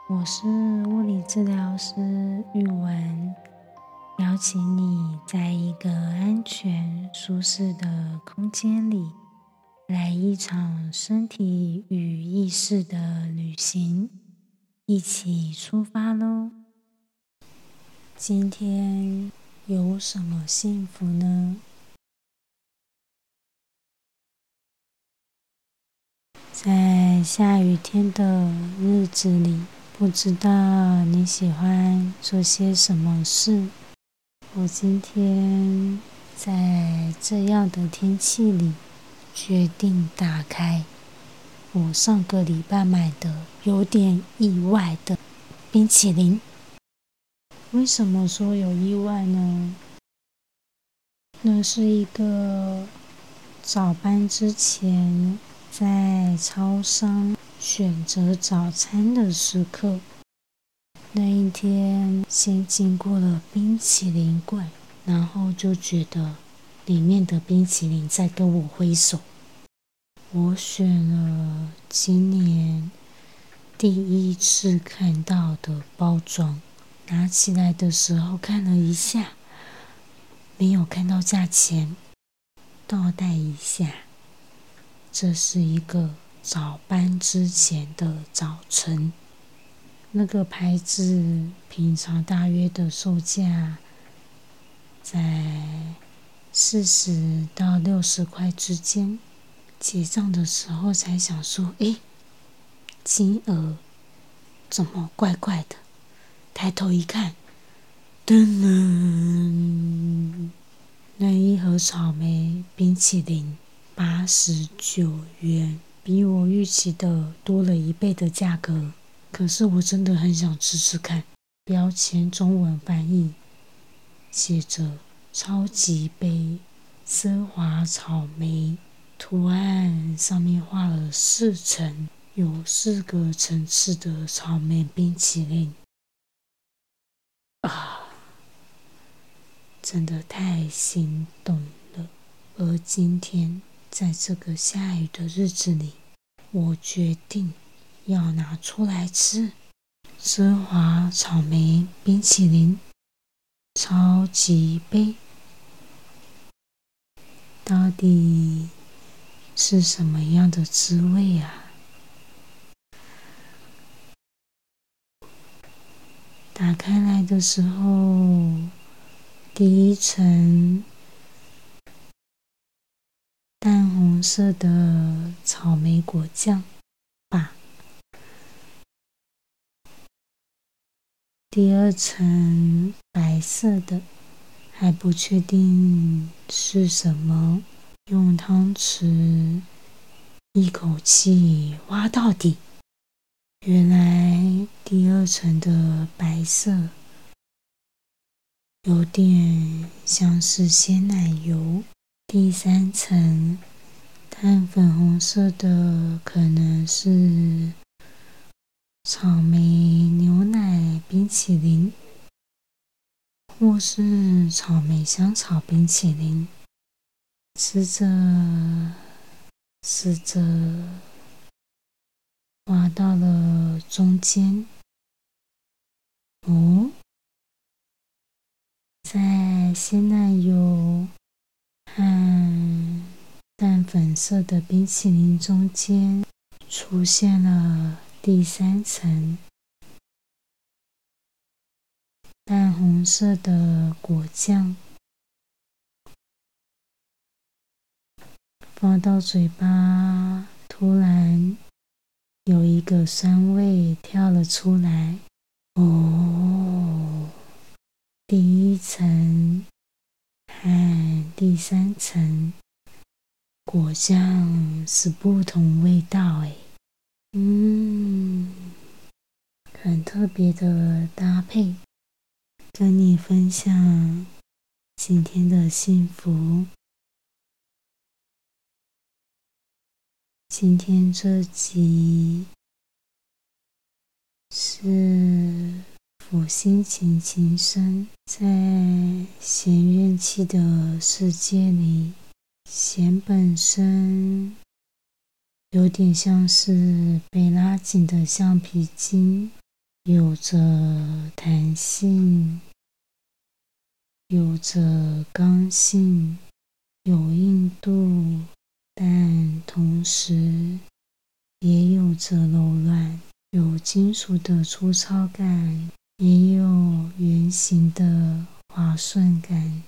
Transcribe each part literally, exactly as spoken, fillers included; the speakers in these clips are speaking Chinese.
我是物理治疗师玉文，邀请你在一个安全、舒适的空间里，来一场身体与意识的旅行，一起出发咯！今天有什么幸福呢？在下雨天的日子里，不知道你喜欢做些什么事？我今天在这样的天气里，决定打开我上个礼拜买的有点意外的冰淇淋。为什么说有意外呢？那是一个早班之前在超商选择早餐的时刻。那一天先经过了冰淇淋柜，然后就觉得里面的冰淇淋在跟我挥手。我选了今年第一次看到的包装，拿起来的时候看了一下，没有看到价钱，倒带一下。这是一个早班之前的早晨，那个牌子平常大约的售价在四十到六十块之间。结账的时候才想说，诶，金额怎么怪怪的？抬头一看，噔噔，那一盒草莓冰淇淋八十九元，比我预期的多了一倍的价格。可是我真的很想吃吃看。标签中文翻译写着超级杯奢华草莓，图案上面画了四层，有四个层次的草莓冰淇淋啊，真的太心动了。而今天在这个下雨的日子里，我决定要拿出来吃奢华草莓冰淇淋超级杯，到底是什么样的滋味啊？打开来的时候，第一层淡红色的草莓果酱吧，第二层白色的，还不确定是什么，用汤匙一口气挖到底。原来第二层的白色有点像是鲜奶油，第三层淡粉红色的可能是草莓牛奶冰淇淋，或是草莓香草冰淇淋。吃着吃着，挖到了中间。哦，在鲜奶油和淡粉色的冰淇淋中间，出现了第三层淡红色的果酱，放到嘴巴，突然有一个酸味跳了出来。哦，第一层和第三层果酱是不同味道诶，嗯，很特别的搭配，跟你分享今天的幸福。今天这集是辅心琴琴声，在弦乐器的世界里，弦本身有点像是被拉紧的橡皮筋， 有着弹性，有着刚性，有硬度，但同时也有着柔软，有金属的粗糙感，也有圆形的滑顺感。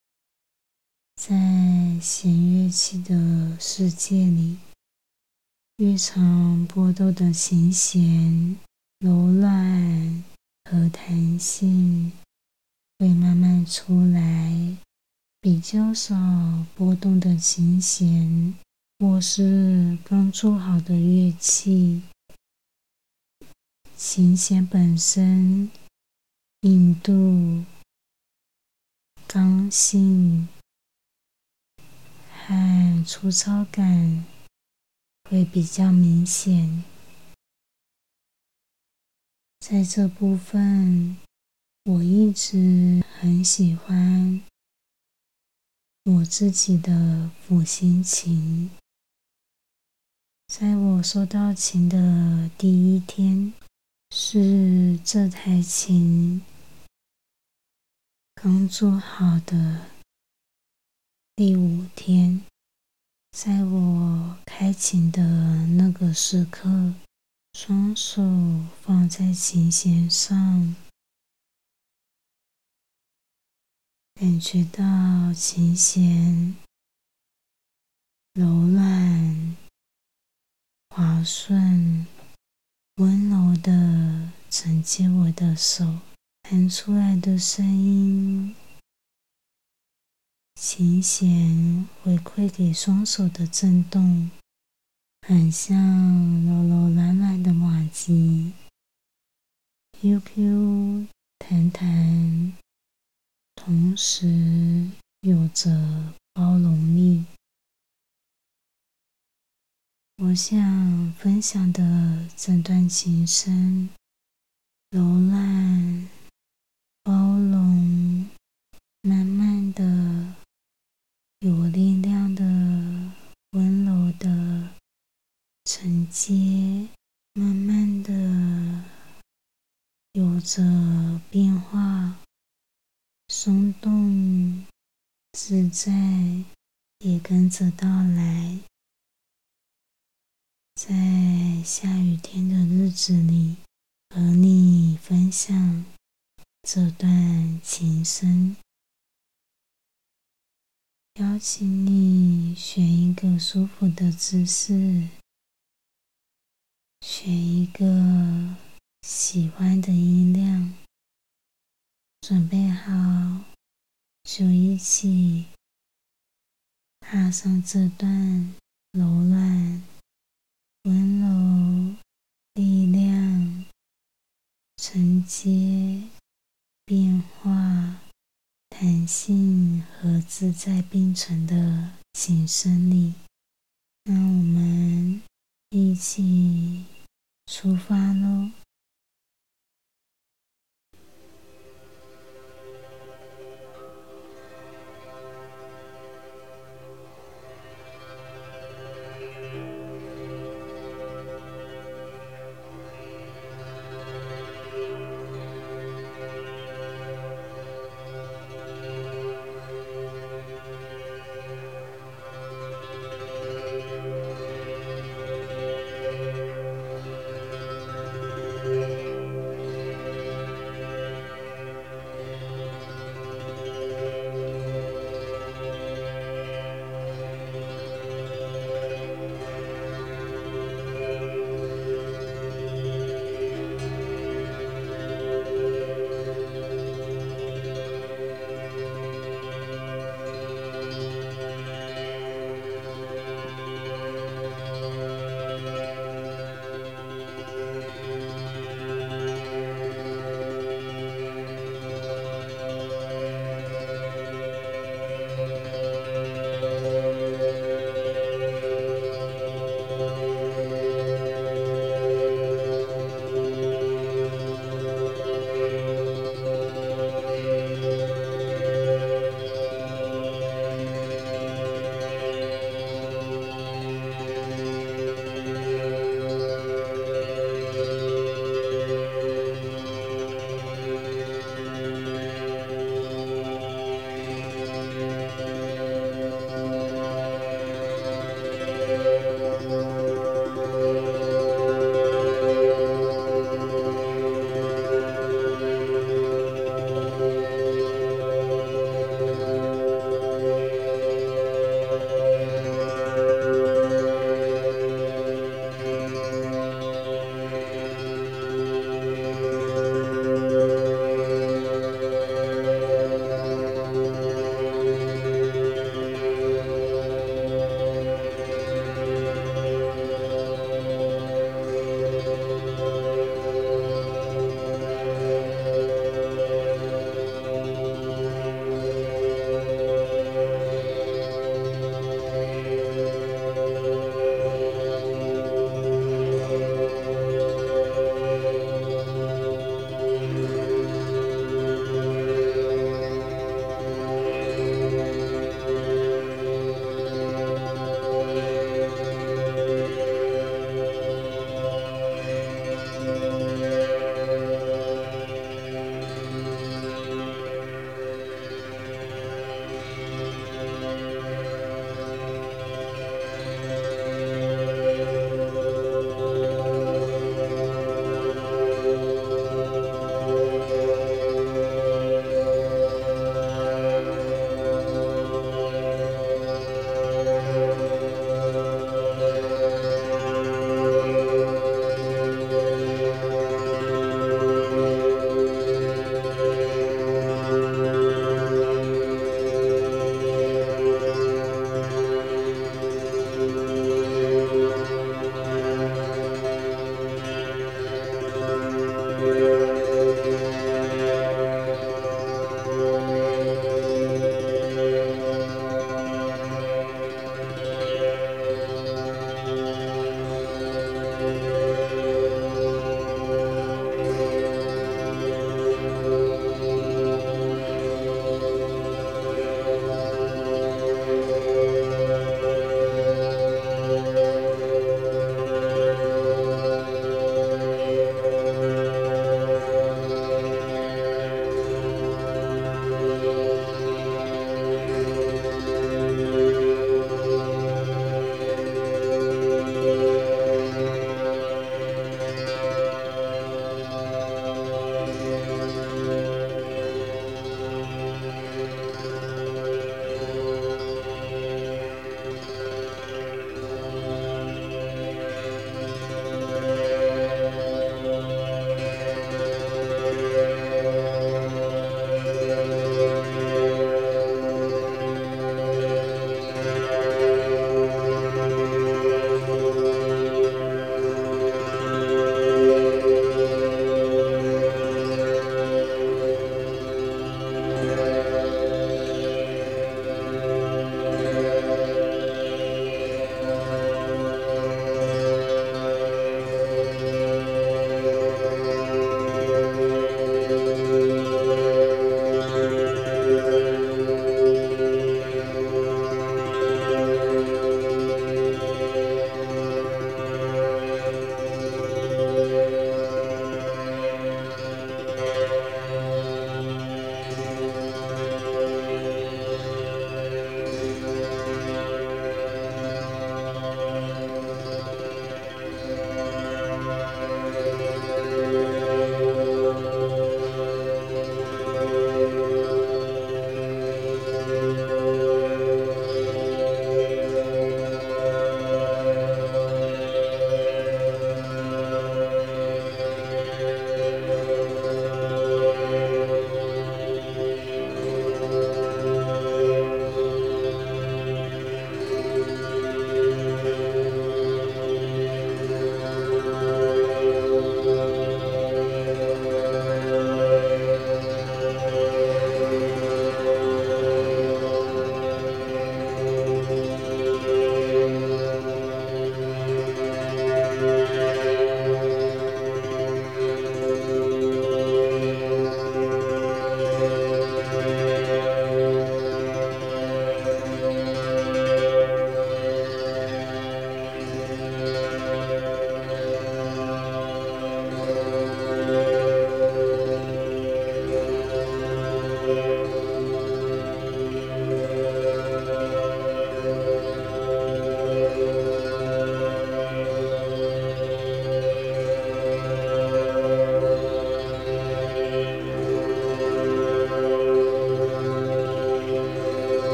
在弦乐器的世界里，越长波动的琴弦，柔软和弹性会慢慢出来，比较少波动的琴弦或是刚做好的乐器，琴弦本身硬度、刚性和粗糙感会比较明显。在这部分，我一直很喜欢我自己的辅琴琴。在我收到琴的第一天，是这台琴刚做好的第五天，在我开琴的那个时刻，双手放在琴弦上，感觉到琴弦柔软、滑顺、温柔地承接我的手，弹出来的声音，琴弦回馈给双手的震动，很像柔柔软软的马吉，Q Q 弹弹，同时有着包容力。我想分享的整段琴声，柔软、包容，慢慢的、有力量的、温柔的承接，慢慢的有着变化，松动、自在也跟着到来。在下雨天的日子里，和你分享这段琴声，邀请你选一个舒服的姿势，选一个喜欢的音量，准备好就一起踏上这段柔软、温柔、力量、承接、变化、弹性和自在并存的琴声里。让我们一起出发咯。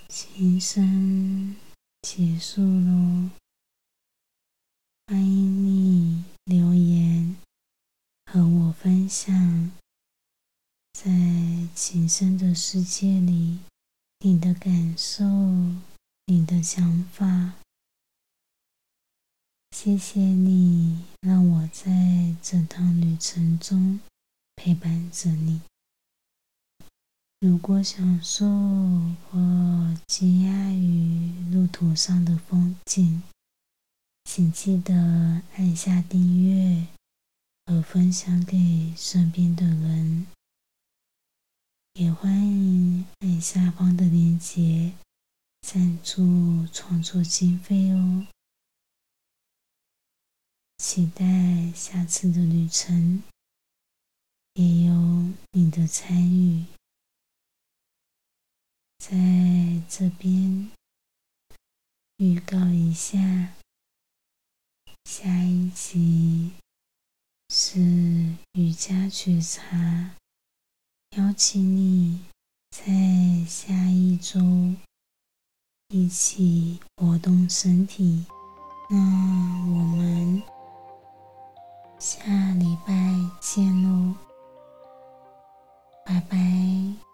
琴声结束咯，欢迎你留言和我分享，在琴声的世界里，你的感受，你的想法。谢谢你，让我在这趟旅程中陪伴着你。如果享受或惊讶于路途上的风景，请记得按下订阅和分享给身边的人。也欢迎按下方的链接赞助创作经费哦。期待下次的旅程也有你的参与。在这边预告一下，下一集是瑜伽觉察，邀请你在下一周一起活动身体。那我们下礼拜见喽，拜拜。